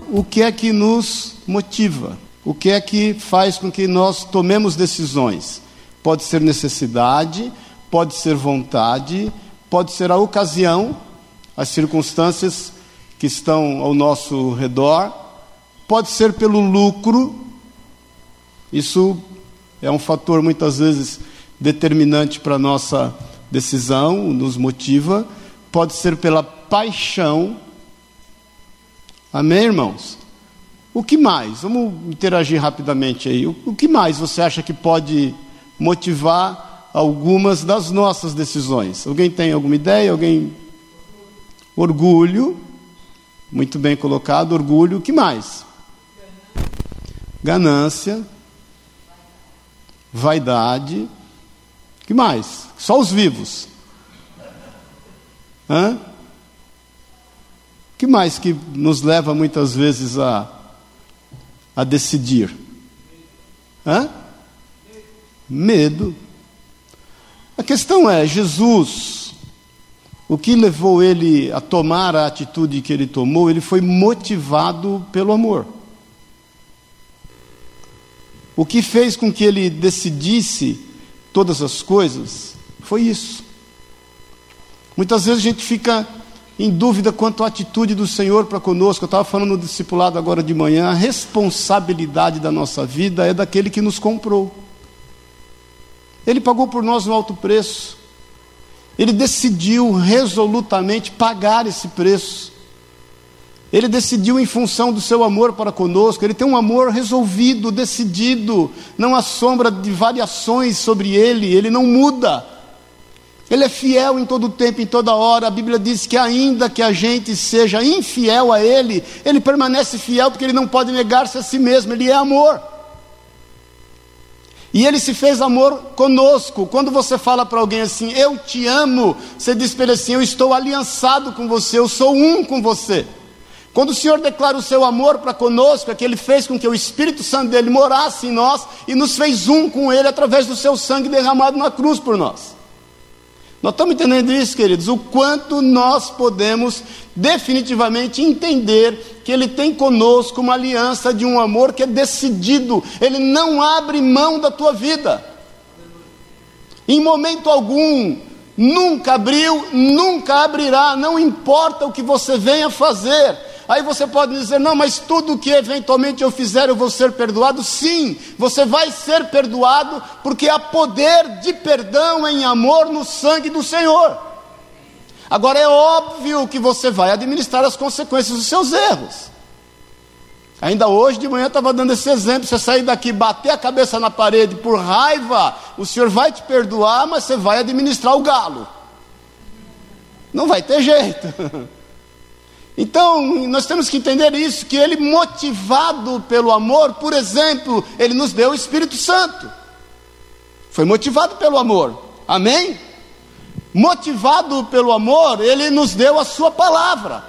o que é que nos motiva? O que é que faz com que nós tomemos decisões? Pode ser necessidade, pode ser vontade, pode ser a ocasião, as circunstâncias que estão ao nosso redor, pode ser pelo lucro. Isso é um fator muitas vezes determinante para a nossa decisão, nos motiva. Pode ser pela paixão. Amém, irmãos? O que mais? Vamos interagir rapidamente aí. O que mais você acha que pode motivar algumas das nossas decisões? Alguém tem alguma ideia? Alguém? Orgulho. Muito bem colocado, orgulho. O que mais? Ganância. Vaidade. O que mais? Só os vivos. O que mais que nos leva muitas vezes a decidir? Medo. A questão é, Jesus, o que levou ele a tomar a atitude que ele tomou, ele foi motivado pelo amor. O que fez com que ele decidisse todas as coisas foi isso. Muitas vezes a gente fica em dúvida quanto à atitude do Senhor para conosco. Eu estava falando no discipulado agora de manhã. A responsabilidade da nossa vida é daquele que nos comprou. Ele pagou por nós um alto preço. Ele decidiu resolutamente pagar esse preço. Ele decidiu em função do seu amor para conosco. Ele tem um amor resolvido, decidido. Não há sombra de variações sobre ele. Ele não muda. Ele é fiel em todo tempo, em toda hora. A Bíblia diz que ainda que a gente seja infiel a Ele, Ele permanece fiel porque Ele não pode negar-se a si mesmo. Ele é amor. E Ele se fez amor conosco. Quando você fala para alguém assim, eu te amo, você diz para ele assim, eu estou aliançado com você, eu sou um com você. Quando o Senhor declara o seu amor para conosco, é que Ele fez com que o Espírito Santo dEle morasse em nós e nos fez um com Ele através do seu sangue derramado na cruz por nós. Nós estamos entendendo isso, queridos, o quanto nós podemos definitivamente entender que Ele tem conosco uma aliança de um amor que é decidido. Ele não abre mão da tua vida. Em momento algum, nunca abriu, nunca abrirá, não importa o que você venha fazer. Aí você pode dizer, não, mas tudo que eventualmente eu fizer eu vou ser perdoado. Sim, você vai ser perdoado, porque há poder de perdão em amor no sangue do Senhor. Agora é óbvio que você vai administrar as consequências dos seus erros. Ainda hoje de manhã eu estava dando esse exemplo, você sair daqui, bater a cabeça na parede por raiva, o Senhor vai te perdoar, mas você vai administrar o galo. Não vai ter jeito. Então, nós temos que entender isso, que Ele, motivado pelo amor, por exemplo, Ele nos deu o Espírito Santo. Foi motivado pelo amor. Amém? Motivado pelo amor, Ele nos deu a sua palavra.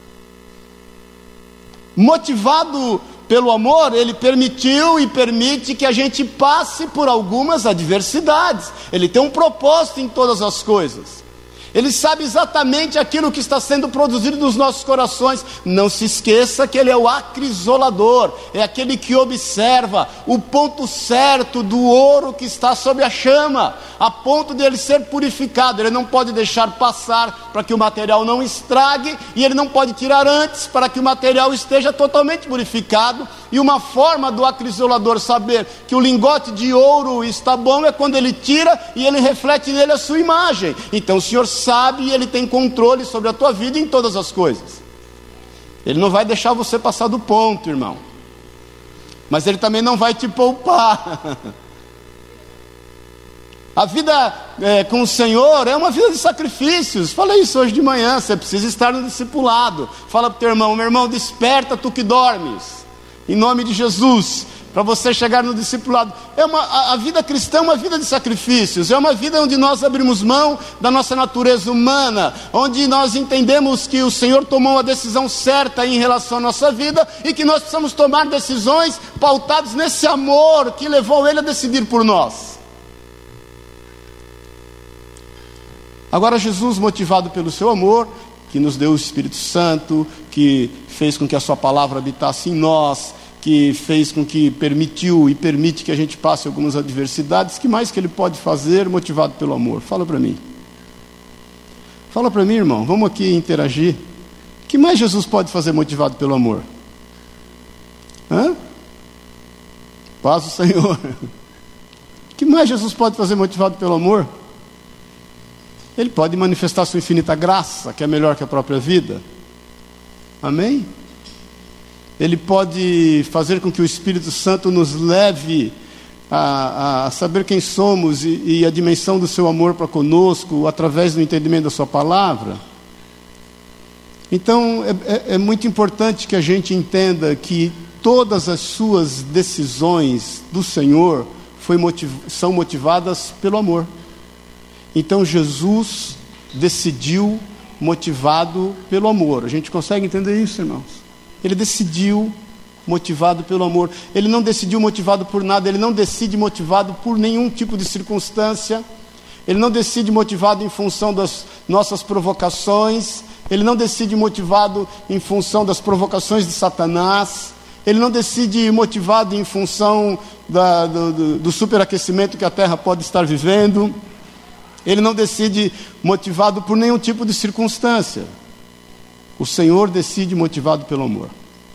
Motivado pelo amor, Ele permitiu e permite que a gente passe por algumas adversidades. Ele tem um propósito em todas as coisas. Ele sabe exatamente aquilo que está sendo produzido nos nossos corações. Não se esqueça que Ele é o acrisolador, é aquele que observa o ponto certo do ouro que está sob a chama, a ponto de ele ser purificado. Ele não pode deixar passar para que o material não estrague, e Ele não pode tirar antes para que o material esteja totalmente purificado. E uma forma do acrisolador saber que o lingote de ouro está bom é quando ele tira e ele reflete nele a sua imagem. Então o Senhor sabe e Ele tem controle sobre a tua vida em todas as coisas. Ele não vai deixar você passar do ponto, irmão, mas Ele também não vai te poupar. A vida com o Senhor é uma vida de sacrifícios. Falei isso hoje de manhã. Você precisa estar no discipulado. Fala para o teu irmão, meu irmão, desperta tu que dormes, em nome de Jesus, para você chegar no discipulado. A vida cristã é uma vida de sacrifícios, é uma vida onde nós abrimos mão da nossa natureza humana, onde nós entendemos que o Senhor tomou uma decisão certa em relação à nossa vida, e que nós precisamos tomar decisões pautadas nesse amor que levou Ele a decidir por nós. Agora Jesus, motivado pelo seu amor, que nos deu o Espírito Santo, que fez com que a sua palavra habitasse em nós, que fez com que permitiu e permite que a gente passe algumas adversidades. Que mais que Ele pode fazer motivado pelo amor? Fala para mim. Fala para mim, irmão. Vamos aqui interagir. O que mais Jesus pode fazer motivado pelo amor? Paz do Senhor. O que mais Jesus pode fazer motivado pelo amor? Ele pode manifestar sua infinita graça, que é melhor que a própria vida. Amém? Ele pode fazer com que o Espírito Santo nos leve a saber quem somos e a dimensão do seu amor para conosco, através do entendimento da sua palavra. Então, é muito importante que a gente entenda que todas as suas decisões do Senhor são motivadas pelo amor. Então, Jesus decidiu motivado pelo amor. A gente consegue entender isso, irmãos? Ele decidiu motivado pelo amor. Ele não decidiu motivado por nada. Ele não decide motivado por nenhum tipo de circunstância. Ele não decide motivado em função das nossas provocações. Ele não decide motivado em função das provocações de Satanás. Ele não decide motivado em função do superaquecimento que a terra pode estar vivendo. Ele não decide motivado por nenhum tipo de circunstância. O Senhor decide motivado pelo amor.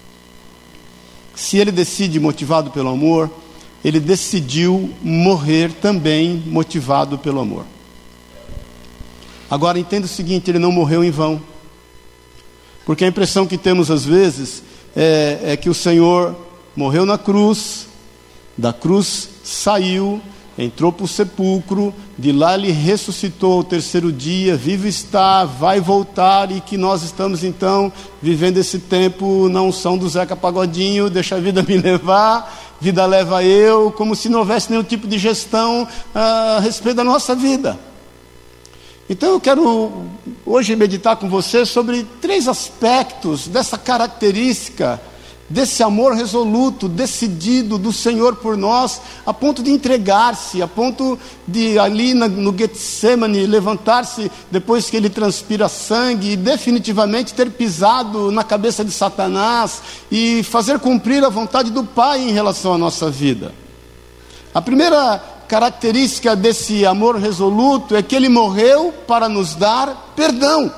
Se Ele decide motivado pelo amor, Ele decidiu morrer também motivado pelo amor. Agora entenda o seguinte: Ele não morreu em vão. Porque a impressão que temos às vezes é que o Senhor morreu na cruz, da cruz saiu, entrou para o sepulcro, de lá Ele ressuscitou ao terceiro dia, vivo está, vai voltar, e que nós estamos então vivendo esse tempo na unção do Zeca Pagodinho, deixa a vida me levar, vida leva eu, como se não houvesse nenhum tipo de gestão a respeito da nossa vida. Então eu quero hoje meditar com você sobre 3 aspectos dessa característica, desse amor resoluto, decidido do Senhor por nós, a ponto de entregar-se, a ponto de ali no Getsemane levantar-se depois que Ele transpira sangue e definitivamente ter pisado na cabeça de Satanás e fazer cumprir a vontade do Pai em relação à nossa vida. A primeira característica desse amor resoluto é que Ele morreu para nos dar perdão.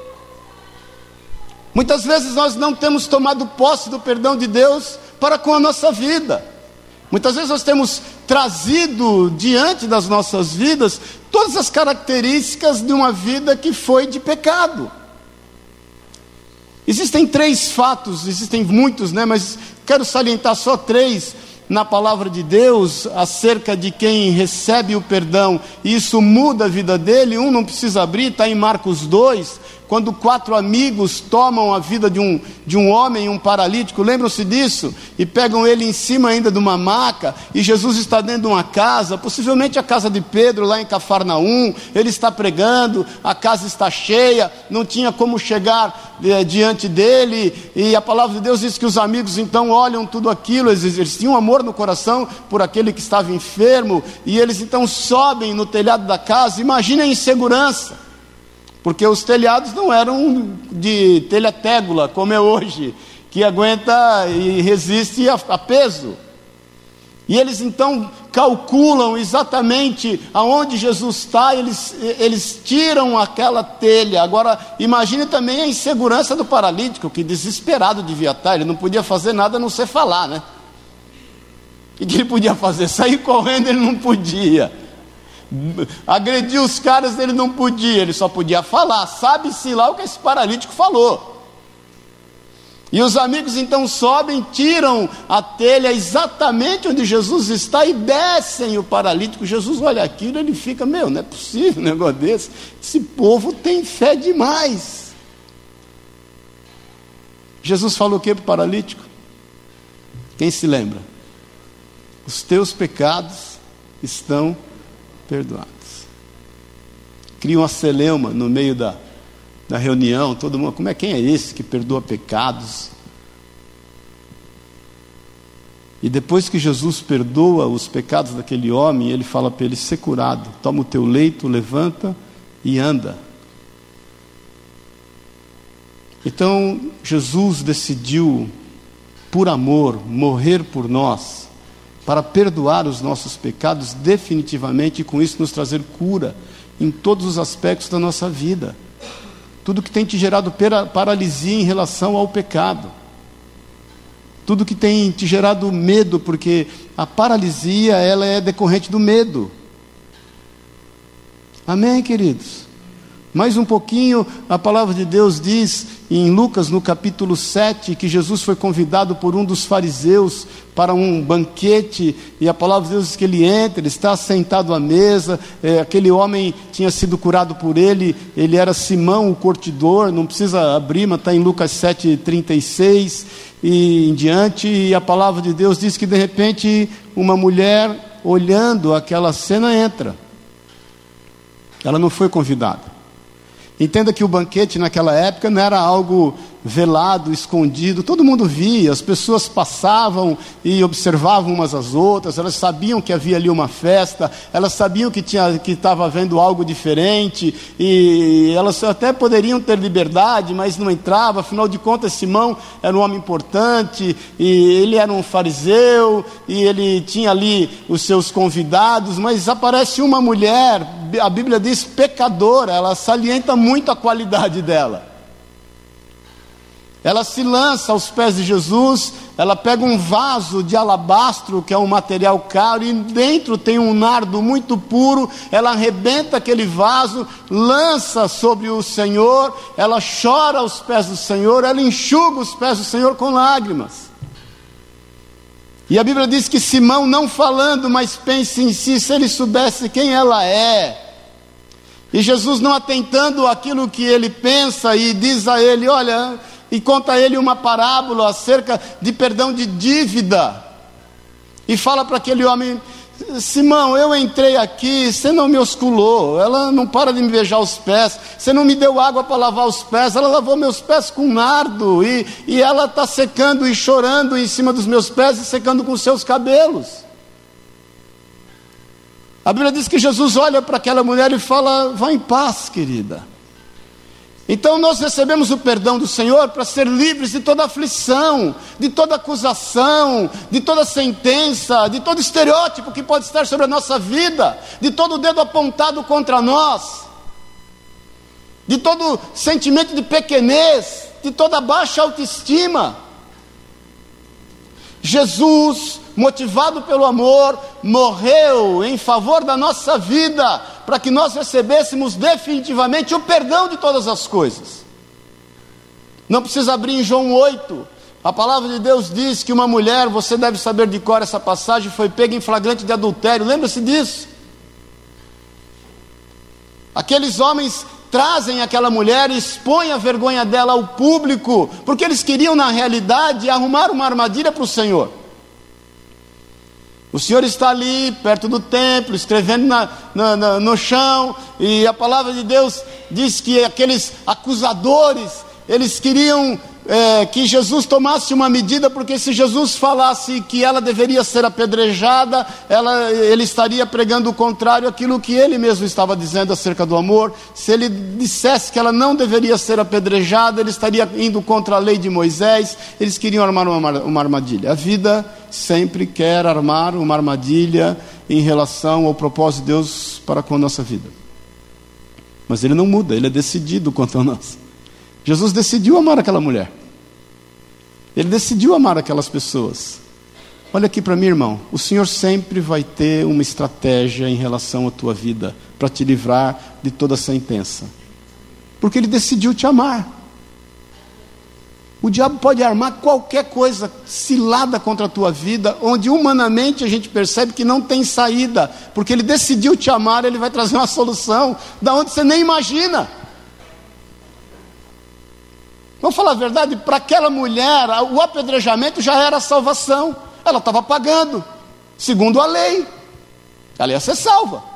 Muitas vezes nós não temos tomado posse do perdão de Deus para com a nossa vida. Muitas vezes nós temos trazido diante das nossas vidas todas as características de uma vida que foi de pecado. Existem 3 fatos, existem muitos, mas quero salientar só 3 na palavra de Deus acerca de quem recebe o perdão e isso muda a vida dele. Um não precisa abrir, está em Marcos 2, quando 4 amigos tomam a vida de um homem, um paralítico, lembram-se disso? E pegam ele em cima ainda de uma maca, e Jesus está dentro de uma casa, possivelmente a casa de Pedro, lá em Cafarnaum. Ele está pregando, a casa está cheia, não tinha como chegar diante dele, e a palavra de Deus diz que os amigos então olham tudo aquilo, eles tinham amor no coração por aquele que estava enfermo, e eles então sobem no telhado da casa. Imaginem a insegurança, porque os telhados não eram de telha-tégula, como é hoje, que aguenta e resiste a peso. E eles então calculam exatamente aonde Jesus está, eles tiram aquela telha. Agora, imagine também a insegurança do paralítico, que desesperado devia estar, ele não podia fazer nada a não ser falar, né? O que ele podia fazer? Sair correndo ele não podia. Agredir os caras ele não podia, ele só podia falar. Sabe-se lá o que esse paralítico falou. E os amigos então sobem, tiram a telha exatamente onde Jesus está e descem o paralítico. Jesus olha aquilo, ele fica: não é possível um negócio desse, esse povo tem fé demais. Jesus falou o que para o paralítico? Quem se lembra? Os teus pecados estão perdoados. Cria uma celeuma no meio da reunião, todo mundo: quem é esse que perdoa pecados? E depois que Jesus perdoa os pecados daquele homem, ele fala para ele: ser curado, toma o teu leito, levanta e anda. Então, Jesus decidiu, por amor, morrer por nós, para perdoar os nossos pecados definitivamente e com isso nos trazer cura em todos os aspectos da nossa vida. Tudo que tem te gerado paralisia em relação ao pecado. Tudo que tem te gerado medo, porque a paralisia, ela é decorrente do medo. Amém, queridos? Mais um pouquinho, a palavra de Deus diz em Lucas, no capítulo 7, que Jesus foi convidado por um dos fariseus para um banquete, e a palavra de Deus diz que ele entra, ele está sentado à mesa, aquele homem tinha sido curado por ele era Simão, o curtidor, não precisa abrir, mas está em Lucas 7:36 e em diante, e a palavra de Deus diz que de repente uma mulher, olhando aquela cena, entra. Ela não foi convidada. Entenda que o banquete naquela época não era algo velado, escondido, todo mundo via, as pessoas passavam e observavam umas às outras, elas sabiam que havia ali uma festa, elas sabiam que estava havendo algo diferente, e elas até poderiam ter liberdade, mas não entrava, afinal de contas Simão era um homem importante, e ele era um fariseu, e ele tinha ali os seus convidados, mas aparece uma mulher, a Bíblia diz pecadora, ela salienta muito a qualidade dela. Ela se lança aos pés de Jesus, ela pega um vaso de alabastro, que é um material caro, e dentro tem um nardo muito puro, ela arrebenta aquele vaso, lança sobre o Senhor, ela chora aos pés do Senhor, ela enxuga os pés do Senhor com lágrimas. E a Bíblia diz que Simão, não falando, mas pensa em si, se ele soubesse quem ela é. E Jesus, não atentando àquilo que ele pensa, e diz a ele, olha, e conta a ele uma parábola acerca de perdão de dívida, e fala para aquele homem, Simão, eu entrei aqui, você não me osculou, ela não para de me beijar os pés, você não me deu água para lavar os pés, ela lavou meus pés com nardo, e ela está secando e chorando em cima dos meus pés, e secando com seus cabelos. A Bíblia diz que Jesus olha para aquela mulher e fala, vá em paz, querida. Então nós recebemos o perdão do Senhor para ser livres de toda aflição, de toda acusação, de toda sentença, de todo estereótipo que pode estar sobre a nossa vida, de todo dedo apontado contra nós, de todo sentimento de pequenez, de toda baixa autoestima. Jesus, motivado pelo amor, morreu em favor da nossa vida, para que nós recebêssemos definitivamente o perdão de todas as coisas. Não precisa abrir em João 8, a palavra de Deus diz que uma mulher, você deve saber de cor essa passagem, foi pega em flagrante de adultério, lembra-se disso? Aqueles homens trazem aquela mulher e expõem a vergonha dela ao público, porque eles queriam na realidade arrumar uma armadilha para o Senhor. O Senhor está ali, perto do templo, escrevendo no chão, e a palavra de Deus diz que aqueles acusadores, eles queriam que Jesus tomasse uma medida, porque se Jesus falasse que ela deveria ser apedrejada, ele estaria pregando o contrário àquilo que ele mesmo estava dizendo acerca do amor. Se ele dissesse que ela não deveria ser apedrejada, ele estaria indo contra a lei de Moisés. Eles queriam armar uma armadilha. A vida sempre quer armar uma armadilha em relação ao propósito de Deus para com a nossa vida, mas ele não muda, ele é decidido quanto a nós. Jesus decidiu amar aquela mulher, ele decidiu amar aquelas pessoas. Olha aqui para mim, irmão, o Senhor sempre vai ter uma estratégia em relação à tua vida, para te livrar de toda sentença, porque ele decidiu te amar. O diabo pode armar qualquer coisa cilada contra a tua vida, onde humanamente a gente percebe que não tem saída, porque ele decidiu te amar, ele vai trazer uma solução da onde você nem imagina. Vamos falar a verdade, para aquela mulher, o apedrejamento já era a salvação. Ela estava pagando, segundo a lei. Ela ia ser salva.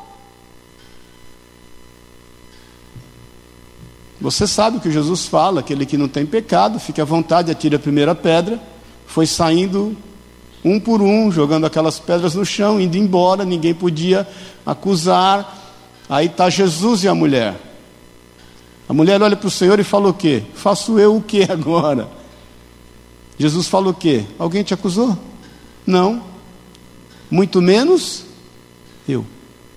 Você sabe o que Jesus fala, aquele que não tem pecado, fique à vontade, atire a primeira pedra. Foi saindo um por um, jogando aquelas pedras no chão, indo embora, ninguém podia acusar. Aí está Jesus e a mulher. A mulher olha para o Senhor e fala o quê? Faço eu o quê agora? Jesus fala o quê? Alguém te acusou? Não. Muito menos eu.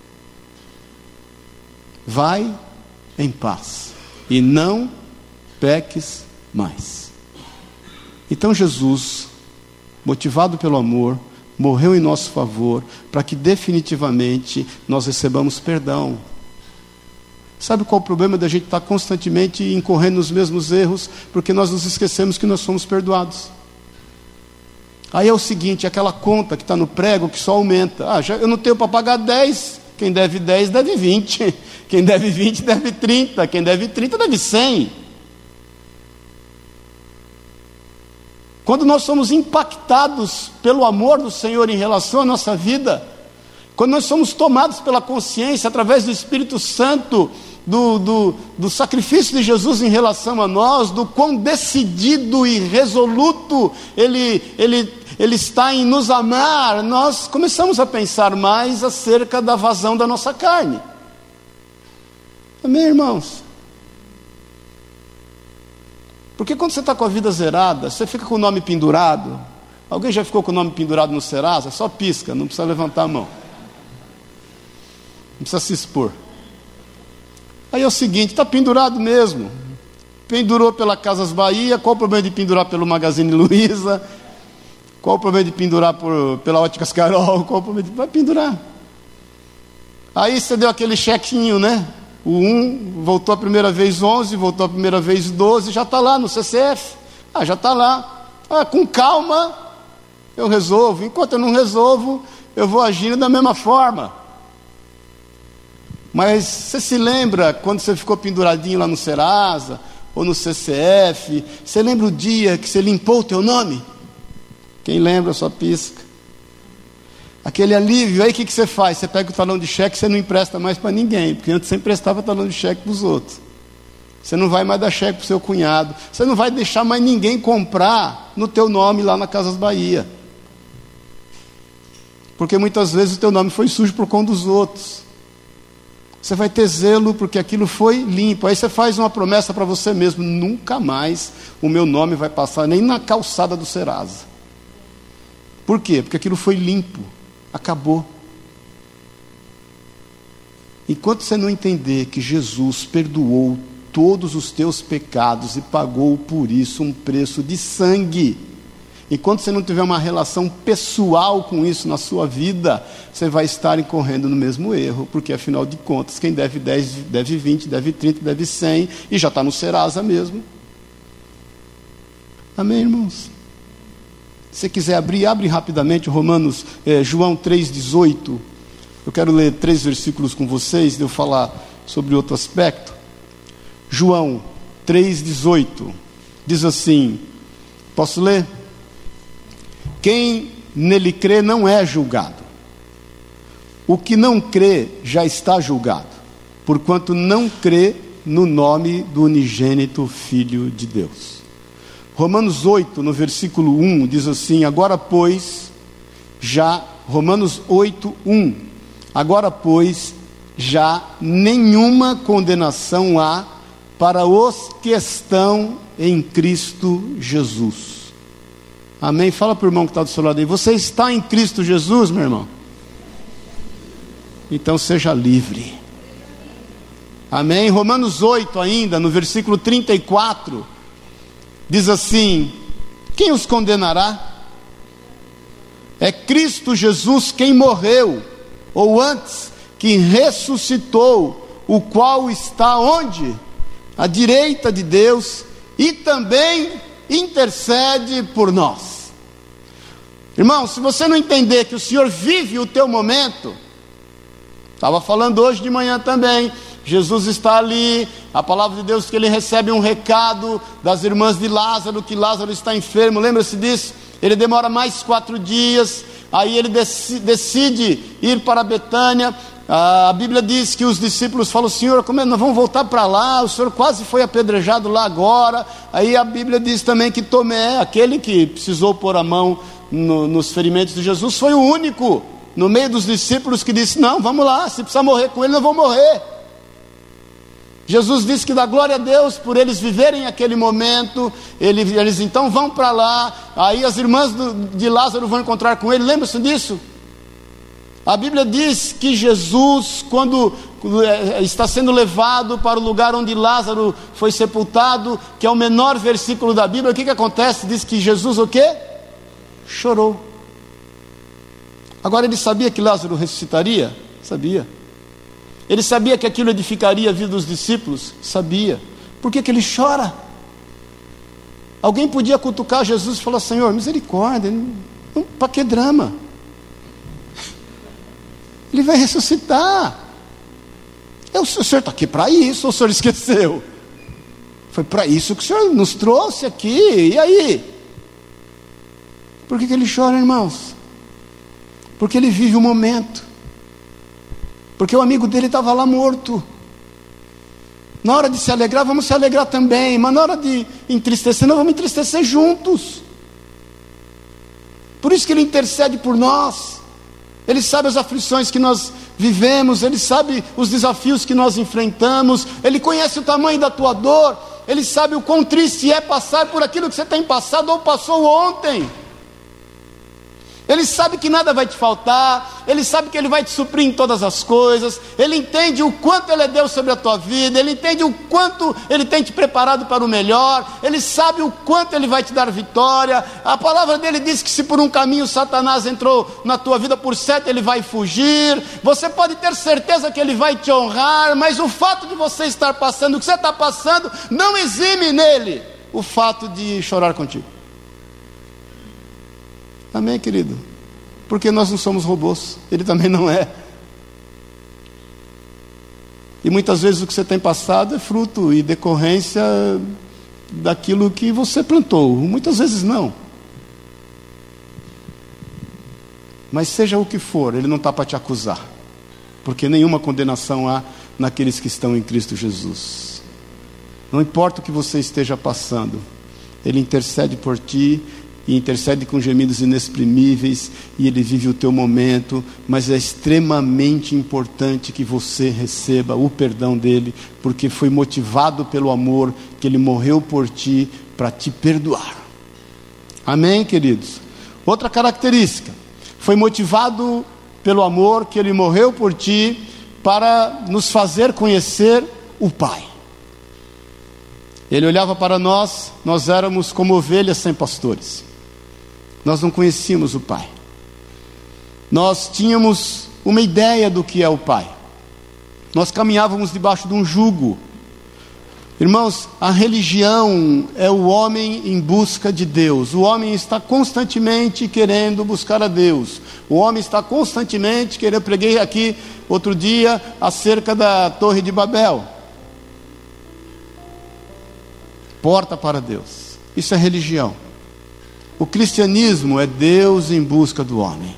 Vai em paz e não peques mais. Então Jesus, motivado pelo amor, morreu em nosso favor, para que definitivamente nós recebamos perdão. Sabe qual o problema da gente estar constantemente incorrendo nos mesmos erros? Porque nós nos esquecemos que nós somos perdoados. Aí é o seguinte, aquela conta que está no prego que só aumenta. Eu não tenho para pagar 10, quem deve 10 deve 20, quem deve 20 deve 30, quem deve 30 deve 100. Quando nós somos impactados pelo amor do Senhor em relação à nossa vida, quando nós somos tomados pela consciência através do Espírito Santo, do sacrifício de Jesus em relação a nós, do quão decidido e resoluto Ele está em nos amar, nós começamos a pensar mais acerca da vazão da nossa carne. Amém, irmãos? Porque quando você está com a vida zerada, você fica com o nome pendurado. Alguém já ficou com o nome pendurado no Serasa? Só pisca, não precisa levantar a mão. Não precisa se expor. Aí é o seguinte, está pendurado mesmo. Pendurou pela Casas Bahia, qual o problema de pendurar pelo Magazine Luiza? Qual o problema de pendurar pela Óticas Carol? Qual o problema de... Vai pendurar. Aí você deu aquele chequinho, né? O 1 voltou a primeira vez 11, voltou a primeira vez 12, já está lá no CCF. Já está lá. Com calma, eu resolvo. Enquanto eu não resolvo, eu vou agindo da mesma forma. Mas você se lembra quando você ficou penduradinho lá no Serasa, ou no CCF? Você lembra o dia que você limpou o teu nome? Quem lembra, só pisca. Aquele alívio, aí o que você faz? Você pega o talão de cheque, você não empresta mais para ninguém, porque antes você emprestava talão de cheque para os outros. Você não vai mais dar cheque para o seu cunhado. Você não vai deixar mais ninguém comprar no teu nome lá na Casas Bahia. Porque muitas vezes o teu nome foi sujo por conta dos outros. Você vai ter zelo porque aquilo foi limpo. Aí você faz uma promessa para você mesmo: nunca mais o meu nome vai passar nem na calçada do Serasa. Por quê? Porque aquilo foi limpo, acabou. Enquanto você não entender que Jesus perdoou todos os teus pecados e pagou por isso um preço de sangue, enquanto você não tiver uma relação pessoal com isso na sua vida, você vai estar incorrendo no mesmo erro, porque afinal de contas, quem deve 10, deve 20, deve 30, deve 100, e já está no Serasa mesmo. Amém, irmãos? Se você quiser abrir, abre rapidamente João 3,18. Eu quero ler 3 versículos com vocês, de eu falar sobre outro aspecto. João 3,18 diz assim, posso ler? Quem nele crê não é julgado. O que não crê já está julgado, porquanto não crê no nome do unigênito Filho de Deus. Romanos 8, no versículo 1, diz assim, agora pois, já, Romanos 8, 1, agora pois, já nenhuma condenação há para os que estão em Cristo Jesus. Amém? Fala para o irmão que está do seu lado aí, você está em Cristo Jesus, meu irmão? Então seja livre. Amém? Romanos 8 ainda, no versículo 34, diz assim, quem os condenará? É Cristo Jesus quem morreu, ou antes, que ressuscitou, o qual está onde? À direita de Deus, e também intercede por nós. Irmão, se você não entender que o Senhor vive o teu momento, estava falando hoje de manhã também, Jesus está ali, a palavra de Deus que ele recebe um recado das irmãs de Lázaro, que Lázaro está enfermo, lembra-se disso? Ele demora mais 4 dias, aí ele decide ir para Betânia. A Bíblia diz que os discípulos falam, Senhor, como nós vamos voltar para lá, o Senhor quase foi apedrejado lá agora. Aí a Bíblia diz também que Tomé, aquele que precisou pôr a mão nos ferimentos de Jesus, foi o único no meio dos discípulos que disse, não, vamos lá, se precisar morrer com ele, nós vamos morrer. Jesus disse que dá glória a Deus por eles viverem aquele momento. Eles então vão para lá, aí as irmãs de Lázaro vão encontrar com ele. Lembra-se disso? A Bíblia diz que Jesus, quando está sendo levado para o lugar onde Lázaro foi sepultado, que é o menor versículo da Bíblia, o que acontece? Diz que Jesus o quê? Chorou. Agora, ele sabia que Lázaro ressuscitaria? Sabia. Ele sabia que aquilo edificaria a vida dos discípulos? Sabia. Por que ele chora? Alguém podia cutucar Jesus e falar: Senhor, misericórdia, para que drama? Ele vai ressuscitar. O Senhor está aqui para isso, ou o Senhor esqueceu? Foi para isso que o Senhor nos trouxe aqui, e aí? Por que ele chora, irmãos? Porque ele vive o momento. Porque o amigo dele estava lá morto. Na hora de se alegrar, vamos se alegrar também. Mas na hora de entristecer, nós vamos entristecer juntos. Por isso que ele intercede por nós. Ele sabe as aflições que nós vivemos. Ele sabe os desafios que nós enfrentamos. Ele conhece o tamanho da tua dor. Ele sabe o quão triste é passar por aquilo que você tem passado ou passou ontem. Ele sabe que nada vai te faltar. Ele sabe que Ele vai te suprir em todas as coisas. Ele entende o quanto Ele é Deus sobre a tua vida. Ele entende o quanto Ele tem te preparado para o melhor. Ele sabe o quanto Ele vai te dar vitória. A palavra dele diz que se por um caminho Satanás entrou na tua vida, por 7 ele vai fugir. Você pode ter certeza que Ele vai te honrar. Mas o fato de você estar passando o que você está passando não exime nele o fato de chorar contigo. Amém, querido? Porque nós não somos robôs. Ele também não é. E muitas vezes o que você tem passado é fruto e decorrência daquilo que você plantou. Muitas vezes não. Mas seja o que for, Ele não está para te acusar. Porque nenhuma condenação há naqueles que estão em Cristo Jesus. Não importa o que você esteja passando, Ele intercede por ti. E intercede com gemidos inexprimíveis, e Ele vive o teu momento, mas é extremamente importante que você receba o perdão dEle, porque foi motivado pelo amor, que Ele morreu por ti, para te perdoar. Amém, queridos? Outra característica, foi motivado pelo amor, que Ele morreu por ti, para nos fazer conhecer o Pai. Ele olhava para nós, nós éramos como ovelhas sem pastores. Nós não conhecíamos o Pai. Nós tínhamos uma ideia do que é o Pai. Nós caminhávamos debaixo de um jugo. Irmãos, a religião é o homem em busca de Deus. O homem está constantemente querendo buscar a Deus. O homem está constantemente querendo... Eu preguei aqui outro dia acerca da Torre de Babel. Porta para Deus. Isso é religião. O cristianismo é Deus em busca do homem.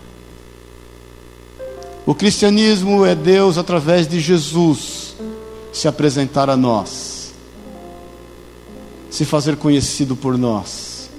O cristianismo é Deus através de Jesus se apresentar a nós, se fazer conhecido por nós.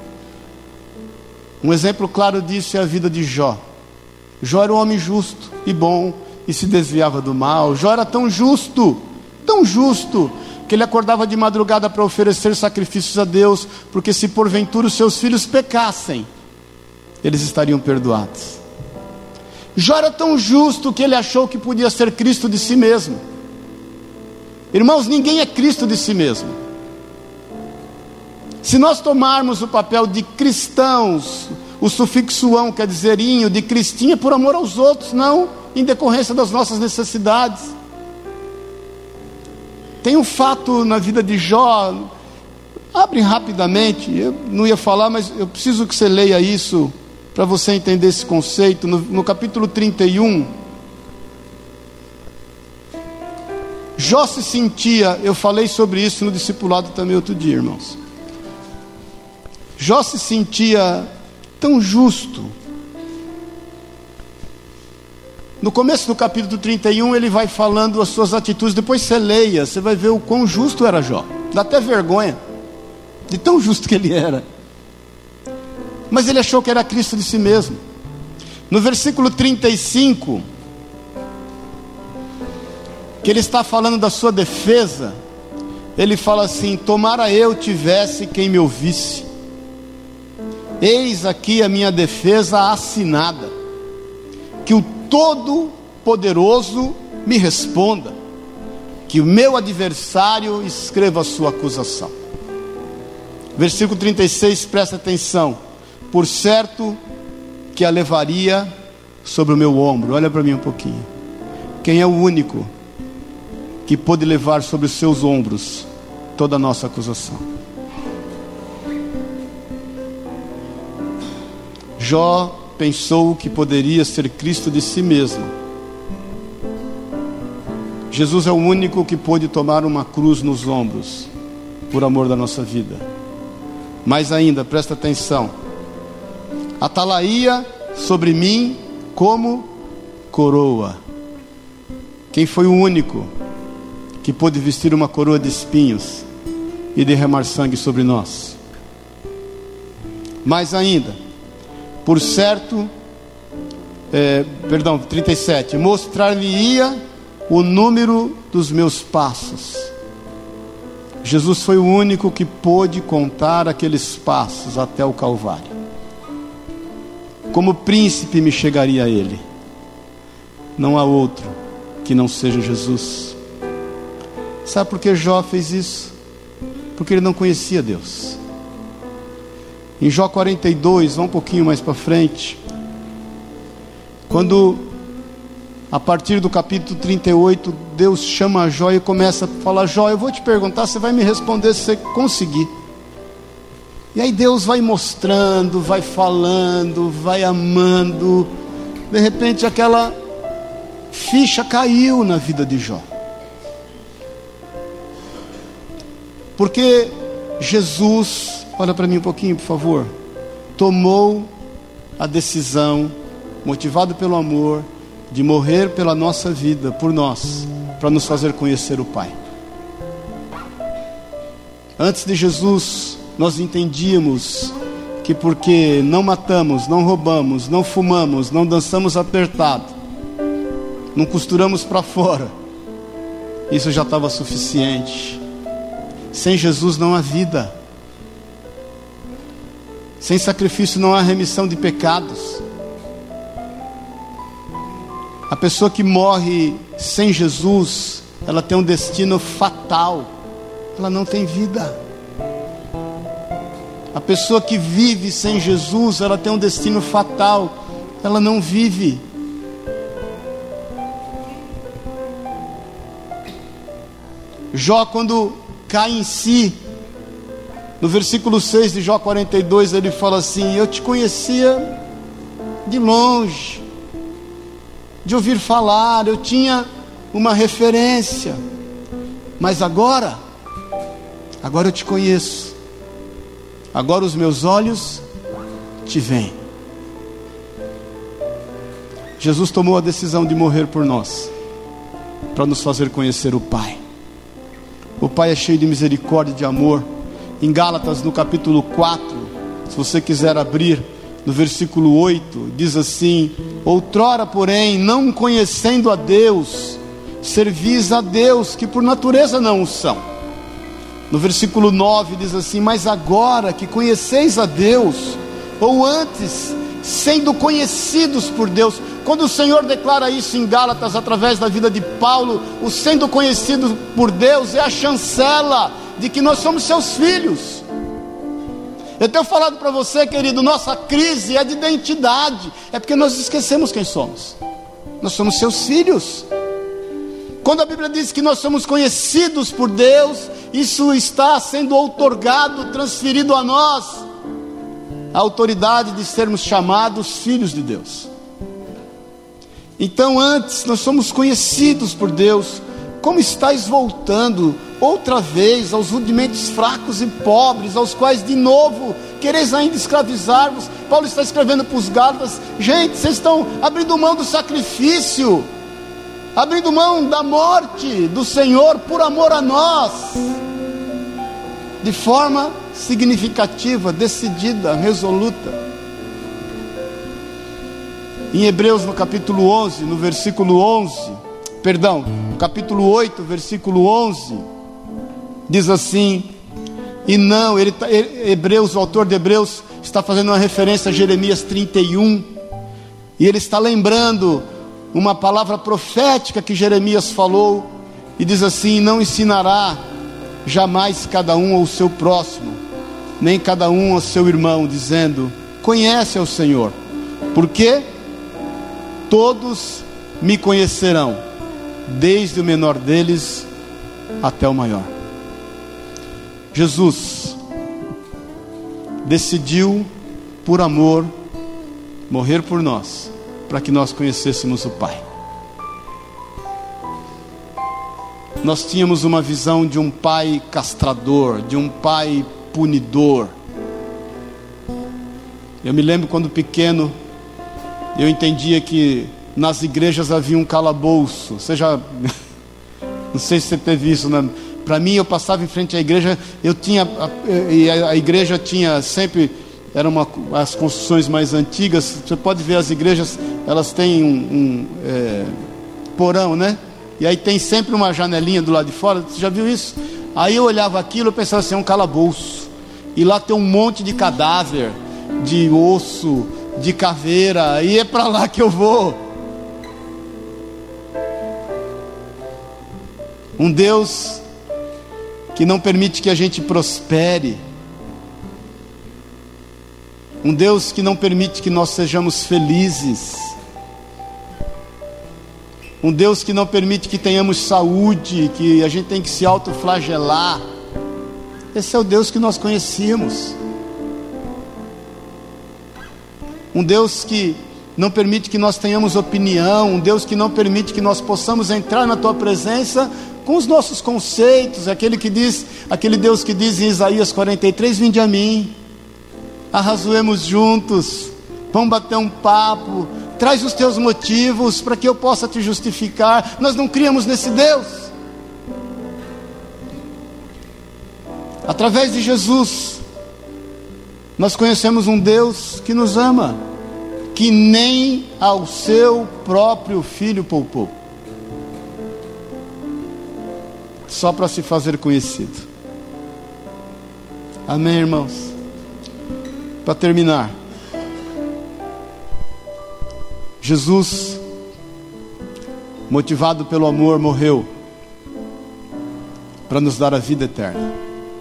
Um exemplo claro disso é a vida de Jó. Jó era um homem justo e bom e se desviava do mal. Jó era tão justo, que ele acordava de madrugada para oferecer sacrifícios a Deus, porque se porventura os seus filhos pecassem, eles estariam perdoados. Jó era tão justo que ele achou que podia ser Cristo de si mesmo. Irmãos, ninguém é Cristo de si mesmo. Se nós tomarmos o papel de cristãos, o sufixo ão quer dizer inho, de cristinha, por amor aos outros, não em decorrência das nossas necessidades. Tem um fato na vida de Jó, abre rapidamente, eu não ia falar, mas eu preciso que você leia isso, para você entender esse conceito, no capítulo 31, Jó se sentia, eu falei sobre isso no discipulado também outro dia, irmãos, Jó se sentia tão justo. No começo do capítulo 31, ele vai falando as suas atitudes. Depois você leia, você vai ver o quão justo era Jó. Dá até vergonha de tão justo que ele era. Mas ele achou que era Cristo de si mesmo. No versículo 35, que ele está falando da sua defesa, ele fala assim: tomara eu tivesse quem me ouvisse, eis aqui a minha defesa assinada, que o Todo-Poderoso me responda, que o meu adversário escreva a sua acusação. Versículo 36, presta atenção: por certo que a levaria sobre o meu ombro. Olha para mim um pouquinho. Quem é o único que pôde levar sobre os seus ombros toda a nossa acusação? Jó pensou que poderia ser Cristo de si mesmo. Jesus é o único que pôde tomar uma cruz nos ombros por amor da nossa vida. Mais ainda, presta atenção: atalaia sobre mim como coroa. Quem foi o único que pôde vestir uma coroa de espinhos e derramar sangue sobre nós? Mais ainda, por certo, 37, mostrar-lhe-ia o número dos meus passos. Jesus foi o único que pôde contar aqueles passos até o Calvário. Como príncipe me chegaria a ele. Não há outro que não seja Jesus. Sabe por que Jó fez isso? Porque ele não conhecia Deus. Em Jó 42, vá um pouquinho mais para frente, quando a partir do capítulo 38, Deus chama Jó e começa a falar: Jó, eu vou te perguntar, você vai me responder se você conseguir. E aí Deus vai mostrando, vai falando, vai amando. De repente aquela ficha caiu na vida de Jó. Porque Jesus, olha para mim um pouquinho por favor, tomou a decisão, motivado pelo amor, de morrer pela nossa vida, por nós, para nos fazer conhecer o Pai. Antes de Jesus, nós entendíamos que porque não matamos, não roubamos, não fumamos, não dançamos apertado, não costuramos para fora, isso já estava suficiente. Sem Jesus não há vida. Sem sacrifício não há remissão de pecados. A pessoa que morre sem Jesus, ela tem um destino fatal. Ela não tem vida. A pessoa que vive sem Jesus, ela tem um destino fatal. Ela não vive. Jó, quando cai em si, no versículo 6 de Jó 42, ele fala assim: eu te conhecia de longe, de ouvir falar, eu tinha uma referência, mas agora eu te conheço, agora os meus olhos te veem. Jesus tomou a decisão de morrer por nós, para nos fazer conhecer o Pai. O Pai é cheio de misericórdia e de amor. Em Gálatas, no capítulo 4, se você quiser abrir, no versículo 8, diz assim: outrora, porém, não conhecendo a Deus, servis a Deus, que por natureza não o são. No versículo 9 diz assim: mas agora que conheceis a Deus, ou antes, sendo conhecidos por Deus. Quando o Senhor declara isso em Gálatas, através da vida de Paulo, o sendo conhecido por Deus é a chancela de que nós somos seus filhos. Eu tenho falado para você, querido, nossa crise é de identidade, é porque nós esquecemos quem somos. Nós somos seus filhos. Quando a Bíblia diz que nós somos conhecidos por Deus, isso está sendo outorgado, transferido a nós, a autoridade de sermos chamados filhos de Deus. Então antes nós somos conhecidos por Deus. Como estáis voltando outra vez aos rudimentos fracos e pobres, aos quais de novo quereis ainda escravizar-vos? Paulo está escrevendo para os Gálatas: gente, vocês estão abrindo mão do sacrifício, abrindo mão da morte do Senhor por amor a nós, de forma significativa, decidida, resoluta. Em Hebreus, no capítulo 11, no versículo 11, capítulo 8, versículo 11, diz assim, o autor de Hebreus está fazendo uma referência a Jeremias 31, e ele está lembrando uma palavra profética que Jeremias falou, e diz assim: não ensinará jamais cada um ao seu próximo, nem cada um ao seu irmão, dizendo: conhece ao Senhor, porque todos me conhecerão, desde o menor deles até o maior. Jesus decidiu, por amor, morrer por nós, para que nós conhecêssemos o Pai. Nós tínhamos uma visão de um pai castrador, de um pai punidor. Eu me lembro quando pequeno, eu entendia que nas igrejas havia um calabouço. Você já... não sei se você teve isso, né? Para mim, eu passava em frente à igreja, a igreja tinha sempre, as construções mais antigas. Você pode ver as igrejas, elas têm um porão, né? E aí tem sempre uma janelinha do lado de fora. Você já viu isso? Aí eu olhava aquilo e pensava assim: é um calabouço, e lá tem um monte de cadáver, de osso, de caveira, e é para lá que eu vou. Um Deus que não permite que a gente prospere, um Deus que não permite que nós sejamos felizes, um Deus que não permite que tenhamos saúde, que a gente tem que se autoflagelar. Esse é o Deus que nós conhecemos. Um Deus que não permite que nós tenhamos opinião, um Deus que não permite que nós possamos entrar na tua presença com os nossos conceitos, aquele Deus que diz em Isaías 43, vinde a mim, arrazoemos juntos, vamos bater um papo, traz os teus motivos para que eu possa te justificar. Nós não criamos nesse Deus. Através de Jesus, nós conhecemos um Deus que nos ama, que nem ao seu próprio Filho poupou, só para se fazer conhecido. Amém, irmãos? Para terminar, Jesus, motivado pelo amor, morreu para nos dar a vida eterna.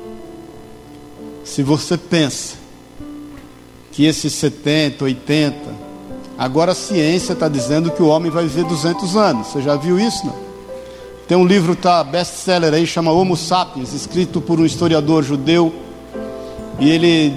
Se você pensa que esses 70, 80, agora a ciência está dizendo que o homem vai viver 200 anos. Você já viu isso, não? Tem um livro, best-seller aí, chama Homo Sapiens, escrito por um historiador judeu. E ele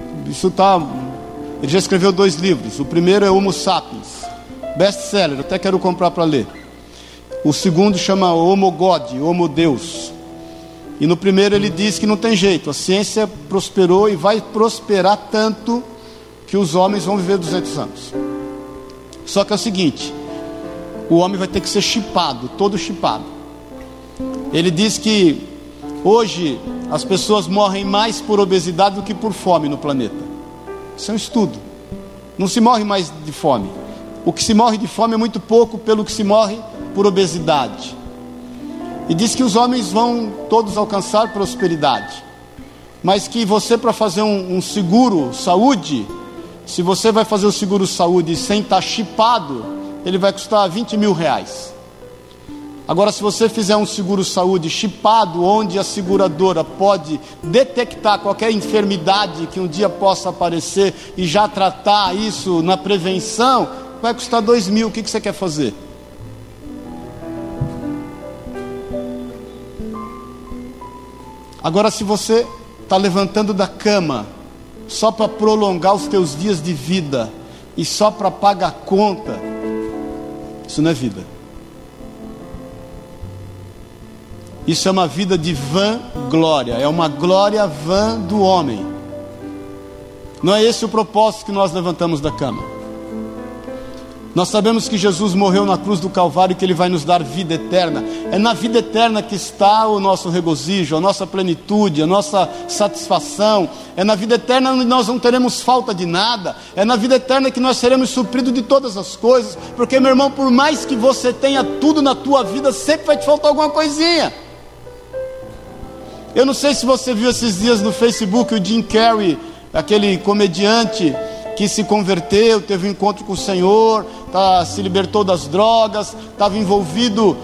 já escreveu 2 livros. O primeiro é Homo Sapiens, best-seller, até quero comprar para ler. O segundo chama Homo God, Homo Deus. E no primeiro ele diz que não tem jeito, a ciência prosperou e vai prosperar tanto que os homens vão viver 200 anos. Só que é o seguinte: o homem vai ter que ser chipado, todo chipado. Ele diz que hoje as pessoas morrem mais por obesidade do que por fome no planeta. Isso é um estudo. Não se morre mais de fome. O que se morre de fome é muito pouco pelo que se morre por obesidade. E diz que os homens vão todos alcançar prosperidade, mas que você, para fazer um seguro saúde, se você vai fazer o seguro saúde sem estar chipado, ele vai custar 20 mil reais. Agora, se você fizer um seguro saúde chipado, onde a seguradora pode detectar qualquer enfermidade que um dia possa aparecer e já tratar isso na prevenção, vai custar 2 mil. O que você quer fazer? Agora, se você está levantando da cama só para prolongar os teus dias de vida e só para pagar a conta, isso não é vida. Isso é uma vida de vã glória, é uma glória vã do homem. Não é esse o propósito que nós levantamos da cama. Nós sabemos que Jesus morreu na cruz do Calvário e que Ele vai nos dar vida eterna. É na vida eterna que está o nosso regozijo, a nossa plenitude, a nossa satisfação. É na vida eterna onde nós não teremos falta de nada. É na vida eterna que nós seremos supridos de todas as coisas. Porque, meu irmão, por mais que você tenha tudo na tua vida, sempre vai te faltar alguma coisinha. Eu não sei se você viu esses dias no Facebook o Jim Carrey, aquele comediante que se converteu, teve um encontro com o Senhor, se libertou das drogas, estava envolvido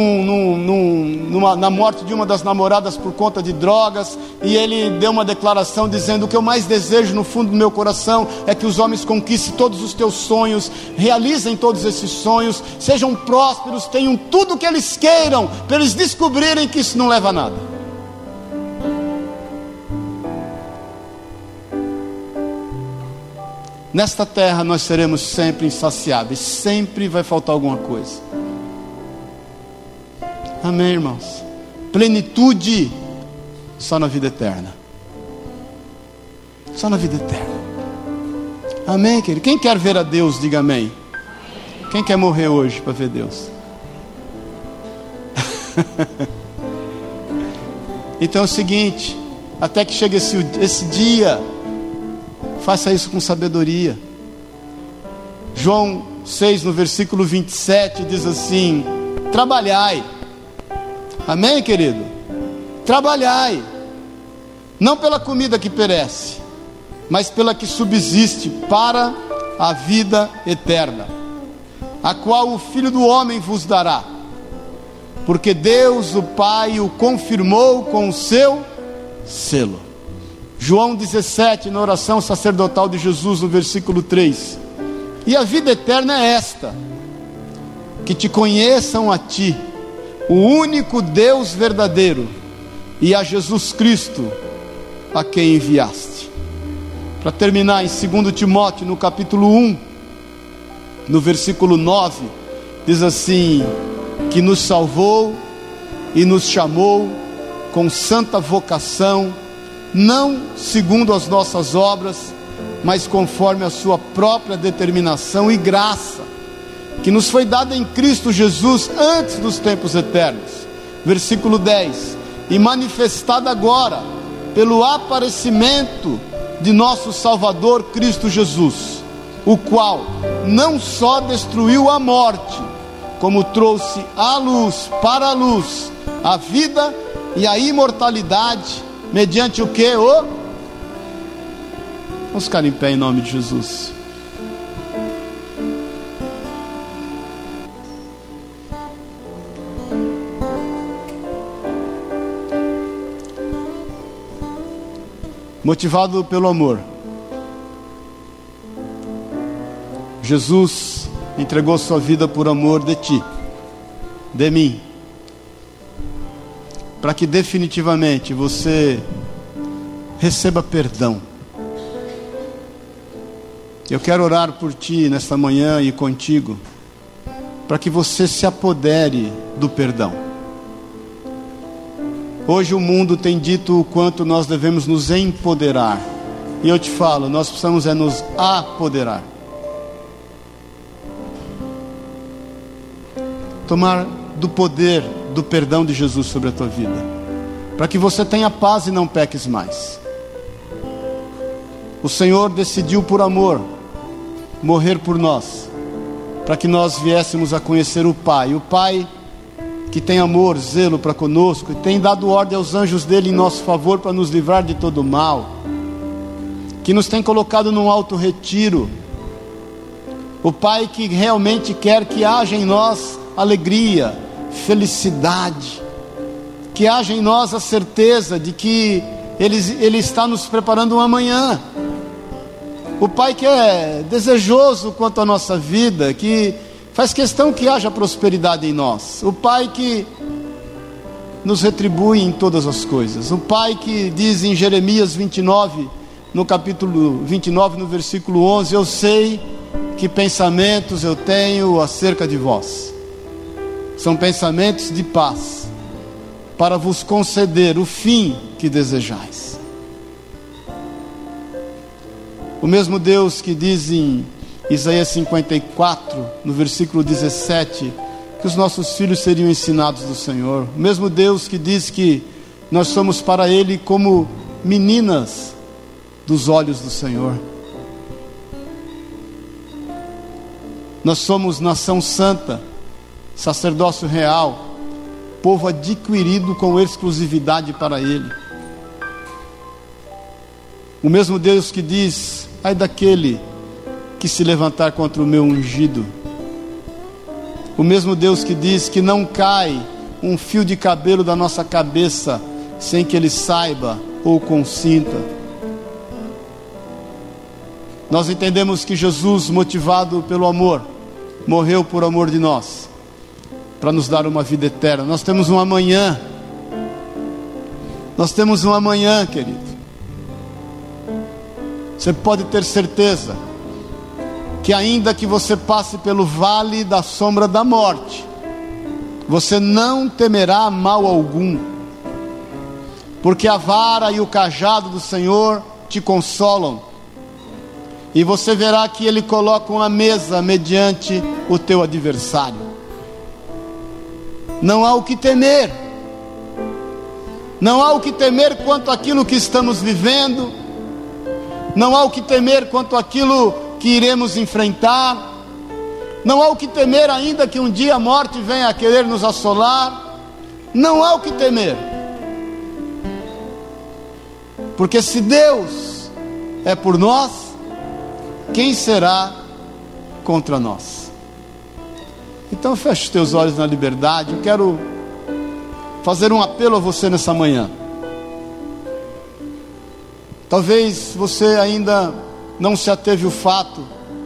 na morte de uma das namoradas por conta de drogas, e ele deu uma declaração dizendo: o que eu mais desejo no fundo do meu coração é que os homens conquistem todos os teus sonhos, realizem todos esses sonhos, sejam prósperos, tenham tudo o que eles queiram, para eles descobrirem que isso não leva a nada. Nesta terra nós seremos sempre insaciáveis, sempre vai faltar alguma coisa. Amém, irmãos? Plenitude só na vida eterna. Só na vida eterna. Amém, querido? Quem quer ver a Deus, diga amém. Quem quer morrer hoje para ver Deus? Então é o seguinte, até que chegue esse dia, faça isso com sabedoria. João 6, no versículo 27, diz assim: trabalhai. Amém, querido? Trabalhai, não pela comida que perece, mas pela que subsiste para a vida eterna, a qual o Filho do Homem vos dará, porque Deus o Pai o confirmou com o seu selo. João 17, na oração sacerdotal de Jesus, no versículo 3: e a vida eterna é esta, que te conheçam a ti, o único Deus verdadeiro, e a Jesus Cristo, a quem enviaste. Para terminar, em 2 Timóteo, no capítulo 1, no versículo 9, diz assim: que nos salvou e nos chamou com santa vocação, não segundo as nossas obras, mas conforme a sua própria determinação e graça, que nos foi dada em Cristo Jesus antes dos tempos eternos. Versículo 10: e manifestada agora pelo aparecimento de nosso Salvador Cristo Jesus, o qual não só destruiu a morte, como trouxe à luz, para a luz, a vida e a imortalidade, mediante o que? Vamos ficar em pé em nome de Jesus. Motivado pelo amor, Jesus entregou sua vida por amor de ti, de mim, para que definitivamente você receba perdão. Eu quero orar por ti nesta manhã e contigo, para que você se apodere do perdão. Hoje o mundo tem dito o quanto nós devemos nos empoderar, e eu te falo, nós precisamos nos apoderar. Tomar do poder do perdão de Jesus sobre a tua vida, para que você tenha paz e não peques mais. O Senhor decidiu por amor morrer por nós, para que nós viéssemos a conhecer o Pai. O Pai que tem amor, zelo para conosco, e tem dado ordem aos anjos dele em nosso favor para nos livrar de todo mal, que nos tem colocado num alto retiro. O Pai que realmente quer que haja em nós alegria, felicidade, que haja em nós a certeza de que Ele está nos preparando um amanhã. O Pai que é desejoso quanto à nossa vida, que faz questão que haja prosperidade em nós. O Pai que nos retribui em todas as coisas. O Pai que diz em Jeremias 29, no capítulo 29, no versículo 11: eu sei que pensamentos eu tenho acerca de vós. São pensamentos de paz, para vos conceder o fim que desejais. O mesmo Deus que diz em Isaías 54, no versículo 17, que os nossos filhos seriam ensinados do Senhor. O mesmo Deus que diz que nós somos para Ele como meninas dos olhos do Senhor. Nós somos nação santa, sacerdócio real, povo adquirido com exclusividade para Ele. O mesmo Deus que diz: ai daquele que se levantar contra o meu ungido. O mesmo Deus que diz que não cai um fio de cabelo da nossa cabeça sem que Ele saiba ou consinta. Nós entendemos que Jesus, motivado pelo amor, morreu por amor de nós, para nos dar uma vida eterna. Nós temos um amanhã. Nós temos um amanhã, querido. Você pode ter certeza que ainda que você passe pelo vale da sombra da morte, você não temerá mal algum, porque a vara e o cajado do Senhor te consolam, e você verá que Ele coloca uma mesa mediante o teu adversário. Não há o que temer, não há o que temer quanto àquilo que estamos vivendo, não há o que temer quanto àquilo que iremos enfrentar, não há o que temer ainda que um dia a morte venha a querer nos assolar, não há o que temer, porque se Deus é por nós, quem será contra nós? Então feche os teus olhos na liberdade. Eu quero fazer um apelo a você nessa manhã. Talvez você ainda não se ateve o fato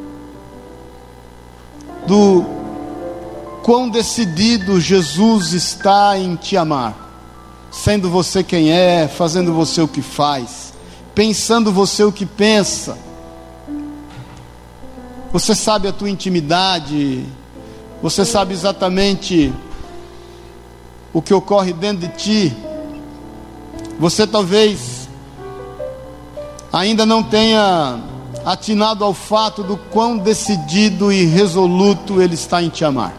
do quão decidido Jesus está em te amar, sendo você quem é, fazendo você o que faz, pensando você o que pensa. Você sabe a tua intimidade, você sabe exatamente o que ocorre dentro de ti. Você talvez ainda não tenha atinado ao fato do quão decidido e resoluto Ele está em te amar.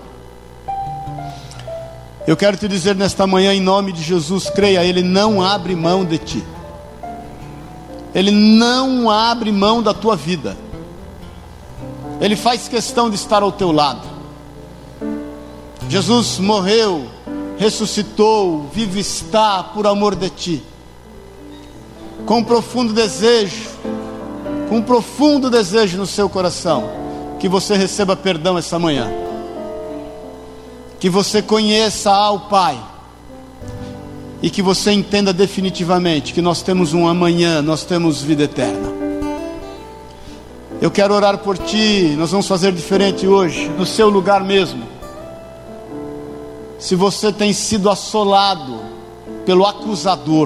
Eu quero te dizer nesta manhã, em nome de Jesus, creia, Ele não abre mão de ti. Ele não abre mão da tua vida. Ele faz questão de estar ao teu lado. Jesus morreu, ressuscitou, vive está por amor de ti, com um profundo desejo no seu coração, que você receba perdão essa manhã, que você conheça ao Pai, e que você entenda definitivamente que nós temos um amanhã, nós temos vida eterna. Eu quero orar por ti. Nós vamos fazer diferente hoje, no seu lugar mesmo. Se você tem sido assolado pelo acusador,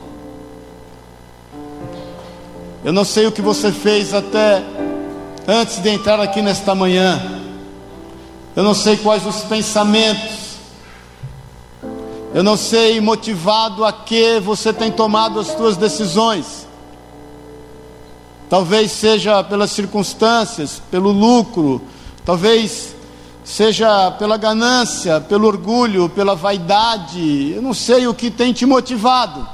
eu não sei o que você fez até antes de entrar aqui nesta manhã. Eu não sei quais os pensamentos, eu não sei motivado a que você tem tomado as suas decisões. Talvez seja pelas circunstâncias, pelo lucro, talvez seja pela ganância, pelo orgulho, pela vaidade. Eu não sei o que tem te motivado.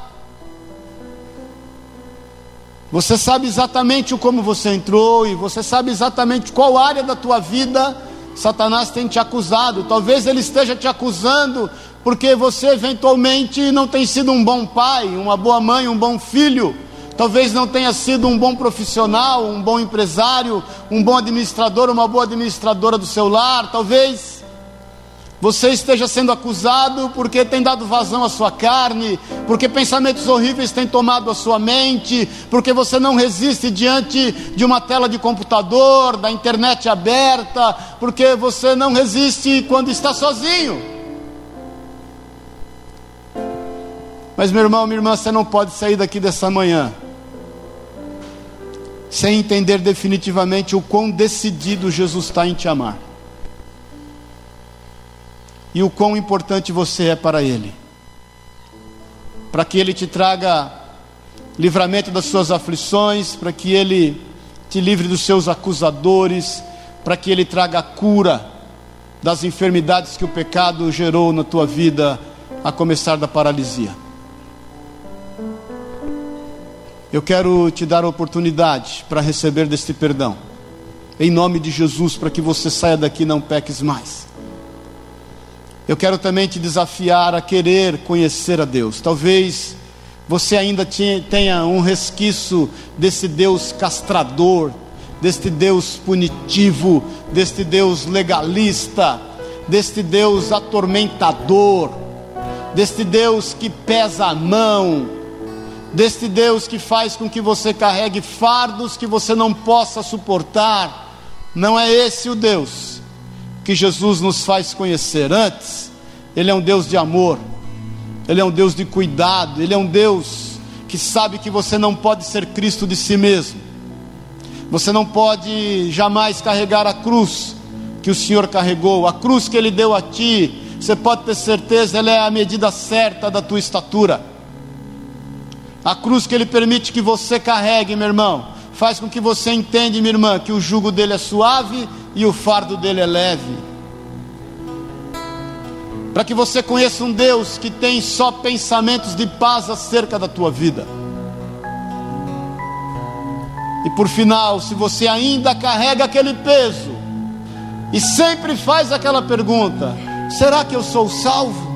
Você sabe exatamente como você entrou, e você sabe exatamente qual área da tua vida Satanás tem te acusado. Talvez ele esteja te acusando porque você eventualmente não tem sido um bom pai, uma boa mãe, um bom filho. Talvez não tenha sido um bom profissional, um bom empresário, um bom administrador, uma boa administradora do seu lar. Talvez você esteja sendo acusado porque tem dado vazão à sua carne, porque pensamentos horríveis têm tomado a sua mente, porque você não resiste diante de uma tela de computador, da internet aberta, porque você não resiste quando está sozinho. Mas meu irmão, minha irmã, você não pode sair daqui dessa manhã sem entender definitivamente o quão decidido Jesus está em te amar, e o quão importante você é para Ele, para que Ele te traga livramento das suas aflições, para que Ele te livre dos seus acusadores, para que Ele traga a cura das enfermidades que o pecado gerou na tua vida, a começar da paralisia. Eu quero te dar a oportunidade para receber deste perdão, em nome de Jesus, para que você saia daqui e não peques mais. Eu quero também te desafiar a querer conhecer a Deus. Talvez você ainda tenha um resquício desse Deus castrador, deste Deus punitivo, deste Deus legalista, deste Deus atormentador, deste Deus que pesa a mão, deste Deus que faz com que você carregue fardos que você não possa suportar. Não é esse o Deus que Jesus nos faz conhecer. Antes, Ele é um Deus de amor, Ele é um Deus de cuidado, Ele é um Deus que sabe que você não pode ser Cristo de si mesmo. Você não pode jamais carregar a cruz que o Senhor carregou. A cruz que Ele deu a ti, você pode ter certeza, ela é a medida certa da tua estatura. A cruz que Ele permite que você carregue, meu irmão, faz com que você entenda, minha irmã, que o jugo dele é suave e o fardo dele é leve. Para que você conheça um Deus que tem só pensamentos de paz acerca da tua vida. E por final, se você ainda carrega aquele peso e sempre faz aquela pergunta: será que eu sou salvo?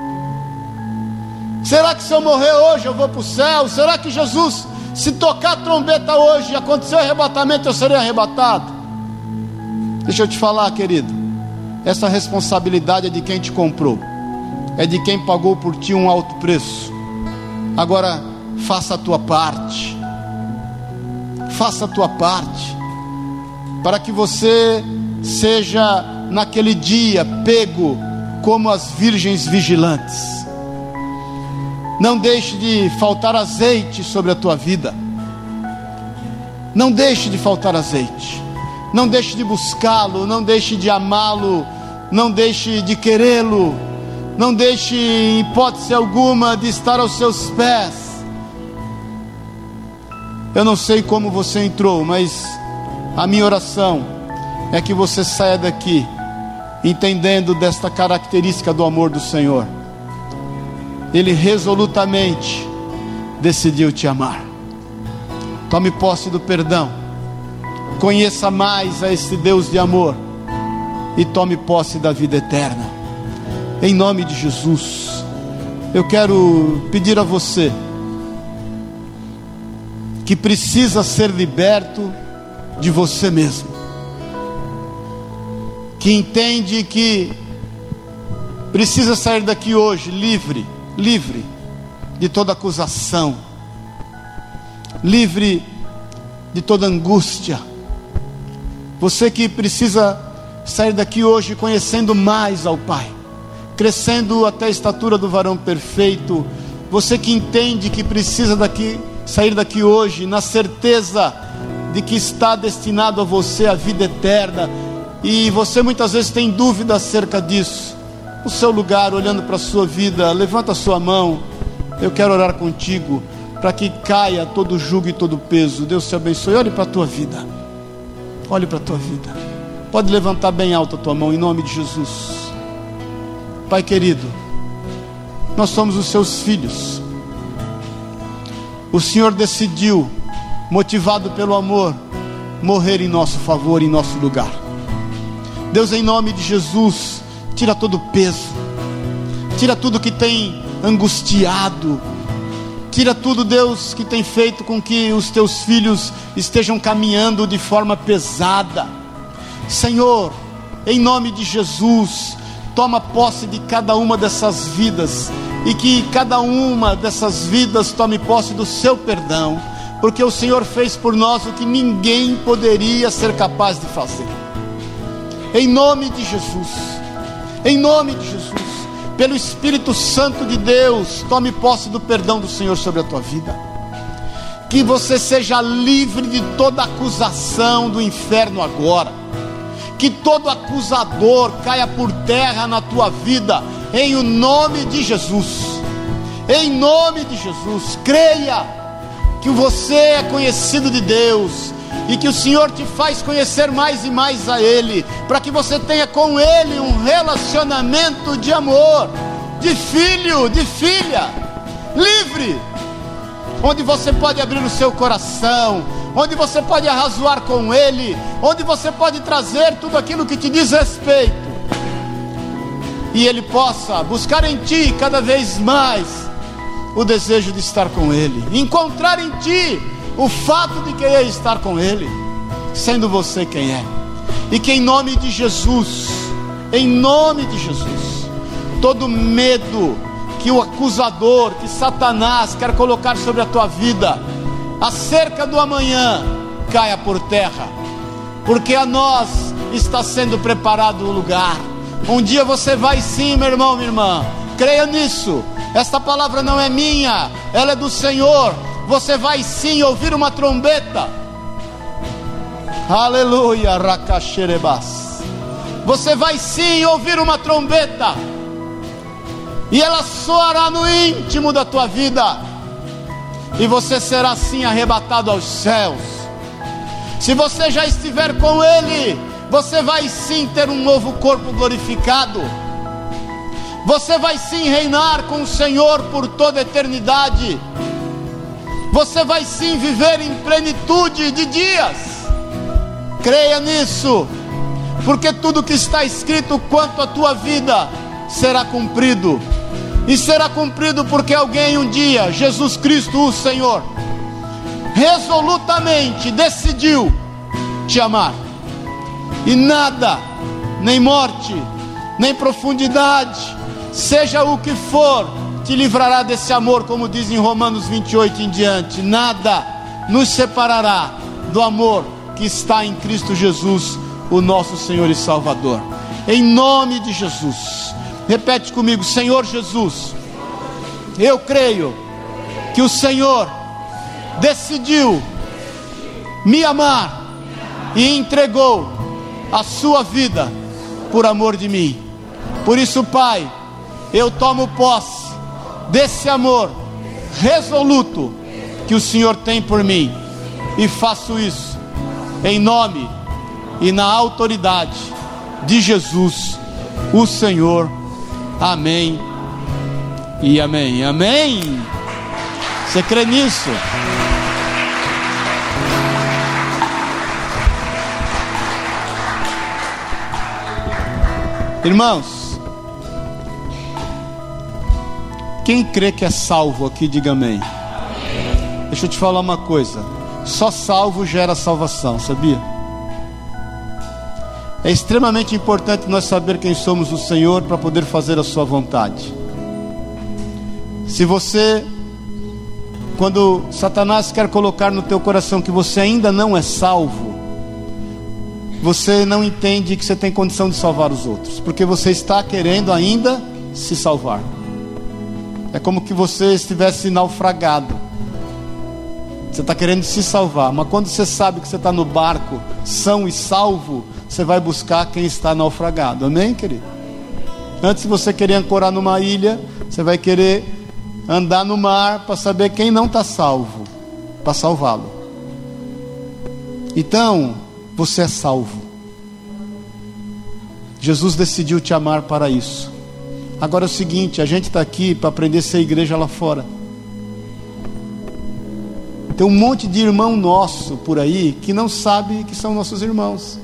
Será que se eu morrer hoje eu vou para o céu? Será que Jesus, se tocar a trombeta hoje e acontecer o arrebatamento, eu serei arrebatado? Deixa eu te falar, querido, essa responsabilidade é de quem te comprou, é de quem pagou por ti um alto preço. Agora, faça a tua parte. Faça a tua parte, para que você seja naquele dia pego como as virgens vigilantes. Não deixe de faltar azeite sobre a tua vida. Não deixe de faltar azeite. Não deixe de buscá-lo, não deixe de amá-lo, não deixe de querê-lo, não deixe em hipótese alguma de estar aos seus pés. Eu não sei como você entrou, mas a minha oração é que você saia daqui entendendo desta característica do amor do Senhor. Ele resolutamente decidiu te amar. Tome posse do perdão, conheça mais a esse Deus de amor e tome posse da vida eterna. Em nome de Jesus, eu quero pedir a você que precisa ser liberto de você mesmo, que entende que precisa sair daqui hoje livre de toda acusação, livre de toda angústia. Você que precisa sair daqui hoje conhecendo mais ao Pai, crescendo até a estatura do varão perfeito. Você que entende que precisa sair daqui hoje na certeza de que está destinado a você a vida eterna, e você muitas vezes tem dúvida acerca disso. No seu lugar, olhando para a sua vida, levanta a sua mão. Eu quero orar contigo para que caia todo o jugo e todo o peso. Deus te abençoe. Olhe para a tua vida, olhe para a tua vida. Pode levantar bem alto a tua mão, em nome de Jesus. Pai querido, nós somos os seus filhos. O Senhor decidiu, motivado pelo amor, morrer em nosso favor, em nosso lugar. Deus, em nome de Jesus, tira todo o peso, tira tudo que tem angustiado, tira tudo, Deus, que tem feito com que os teus filhos estejam caminhando de forma pesada. Senhor, em nome de Jesus, toma posse de cada uma dessas vidas, e que cada uma dessas vidas tome posse do seu perdão, porque o Senhor fez por nós o que ninguém poderia ser capaz de fazer. Em nome de Jesus, em nome de Jesus, pelo Espírito Santo de Deus, tome posse do perdão do Senhor sobre a tua vida. Que você seja livre de toda acusação do inferno agora. Que todo acusador caia por terra na tua vida, em o nome de Jesus. Em nome de Jesus, creia que você é conhecido de Deus, e que o Senhor te faz conhecer mais e mais a Ele, para que você tenha com Ele um relacionamento de amor, de filho, de filha, livre, onde você pode abrir o seu coração, onde você pode arrazoar com Ele, onde você pode trazer tudo aquilo que te diz respeito, e Ele possa buscar em ti cada vez mais o desejo de estar com Ele, encontrar em ti o fato de querer estar com Ele, sendo você quem é. E que em nome de Jesus, todo medo que o acusador, que Satanás quer colocar sobre a tua vida, acerca do amanhã, caia por terra, porque a nós está sendo preparado o lugar. Um dia você vai sim, meu irmão, minha irmã, creia nisso. Esta palavra não é minha, ela é do Senhor. Você vai sim ouvir uma trombeta. Aleluia, racaxerebas. Você vai sim ouvir uma trombeta, e ela soará no íntimo da tua vida, e você será sim arrebatado aos céus. Se você já estiver com Ele, você vai sim ter um novo corpo glorificado. Você vai sim reinar com o Senhor por toda a eternidade. Você vai sim viver em plenitude de dias. Creia nisso, porque tudo que está escrito quanto à tua vida será cumprido. E será cumprido porque alguém um dia, Jesus Cristo o Senhor, resolutamente decidiu te amar. E nada, nem morte, nem profundidade, seja o que for, te livrará desse amor, como diz em Romanos 28 em diante. Nada nos separará do amor que está em Cristo Jesus, o nosso Senhor e Salvador. Em nome de Jesus, repete comigo: Senhor Jesus, eu creio que o Senhor decidiu me amar e entregou a sua vida por amor de mim. Por isso, Pai, eu tomo posse desse amor resoluto que o Senhor tem por mim, e faço isso em nome e na autoridade de Jesus, o Senhor. Amém e amém. Amém. Você crê nisso? Irmãos, quem crê que é salvo aqui, diga amém. Deixa eu te falar uma coisa: só salvo gera salvação, sabia? É extremamente importante nós saber quem somos o Senhor para poder fazer a sua vontade. Se você, quando Satanás quer colocar no teu coração que você ainda não é salvo, você não entende que você tem condição de salvar os outros, porque você está querendo ainda se salvar. É como que você estivesse naufragado. Você está querendo se salvar, mas quando você sabe que você está no barco, são e salvo, você vai buscar quem está naufragado. Amém, querido? Antes de você querer ancorar numa ilha, você vai querer andar no mar para saber quem não está salvo, para salvá-lo. Então, você é salvo. Jesus decidiu te amar para isso. Agora é o seguinte: a gente está aqui para aprender a ser igreja lá fora. Tem um monte de irmão nosso por aí que não sabe que são nossos irmãos.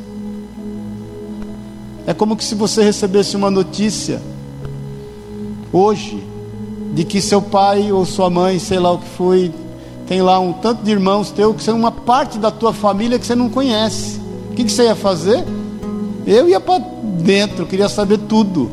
É como que se você recebesse uma notícia hoje de que seu pai ou sua mãe, sei lá o que foi, tem lá um tanto de irmãos teus que são uma parte da tua família que você não conhece. O que você ia fazer? Eu ia para dentro, queria saber tudo.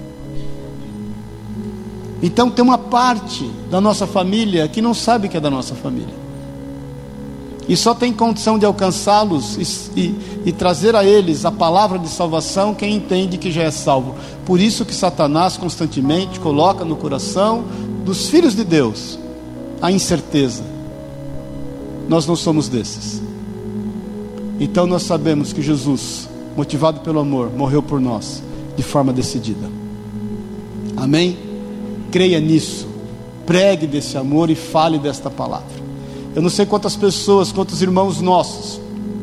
Então tem uma parte da nossa família que não sabe que é da nossa família, e só tem condição de alcançá-los e trazer a eles a palavra de salvação quem entende que já é salvo. Por isso que Satanás constantemente coloca no coração dos filhos de Deus a incerteza. Nós não somos desses. Então nós sabemos que Jesus, motivado pelo amor, morreu por nós de forma decidida. Amém? Creia nisso, pregue desse amor e fale desta palavra. Eu não sei quantas pessoas, quantos irmãos nossos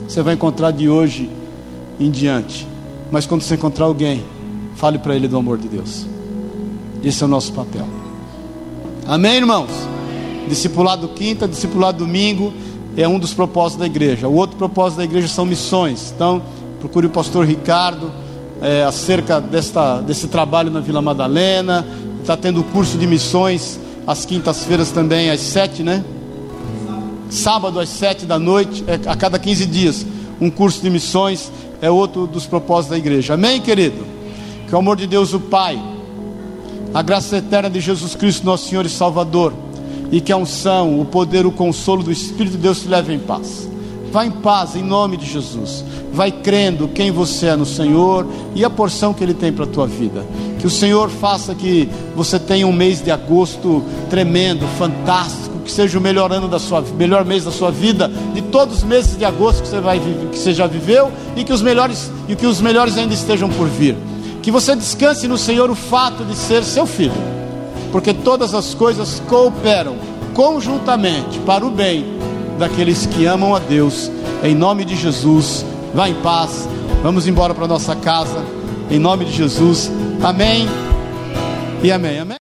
você vai encontrar de hoje em diante. Mas quando você encontrar alguém, fale para ele do amor de Deus. Esse é o nosso papel. Amém, irmãos? Discipulado quinta, discipulado domingo é um dos propósitos da igreja. O outro propósito da igreja são missões. Então, procure o pastor Ricardo acerca desse trabalho na Vila Madalena. Está tendo curso de missões às quintas-feiras também, às 7, né? Sábado às 7 da noite, a cada 15 dias, um curso de missões é outro dos propósitos da igreja. Amém, querido? Que o amor de Deus, o Pai, a graça eterna de Jesus Cristo, nosso Senhor e Salvador, e que a unção, o poder, o consolo do Espírito de Deus te leve em paz. Vá em paz, em nome de Jesus. Vai crendo quem você é no Senhor e a porção que Ele tem para a tua vida. Que o Senhor faça que você tenha um mês de agosto tremendo, fantástico, que seja o melhor mês da sua vida, de todos os meses de agosto que você já viveu, e que os melhores ainda estejam por vir. Que você descanse no Senhor o fato de ser seu filho, porque todas as coisas cooperam conjuntamente para o bem daqueles que amam a Deus. Em nome de Jesus, vá em paz. Vamos embora para nossa casa, em nome de Jesus. Amém e amém. Amém.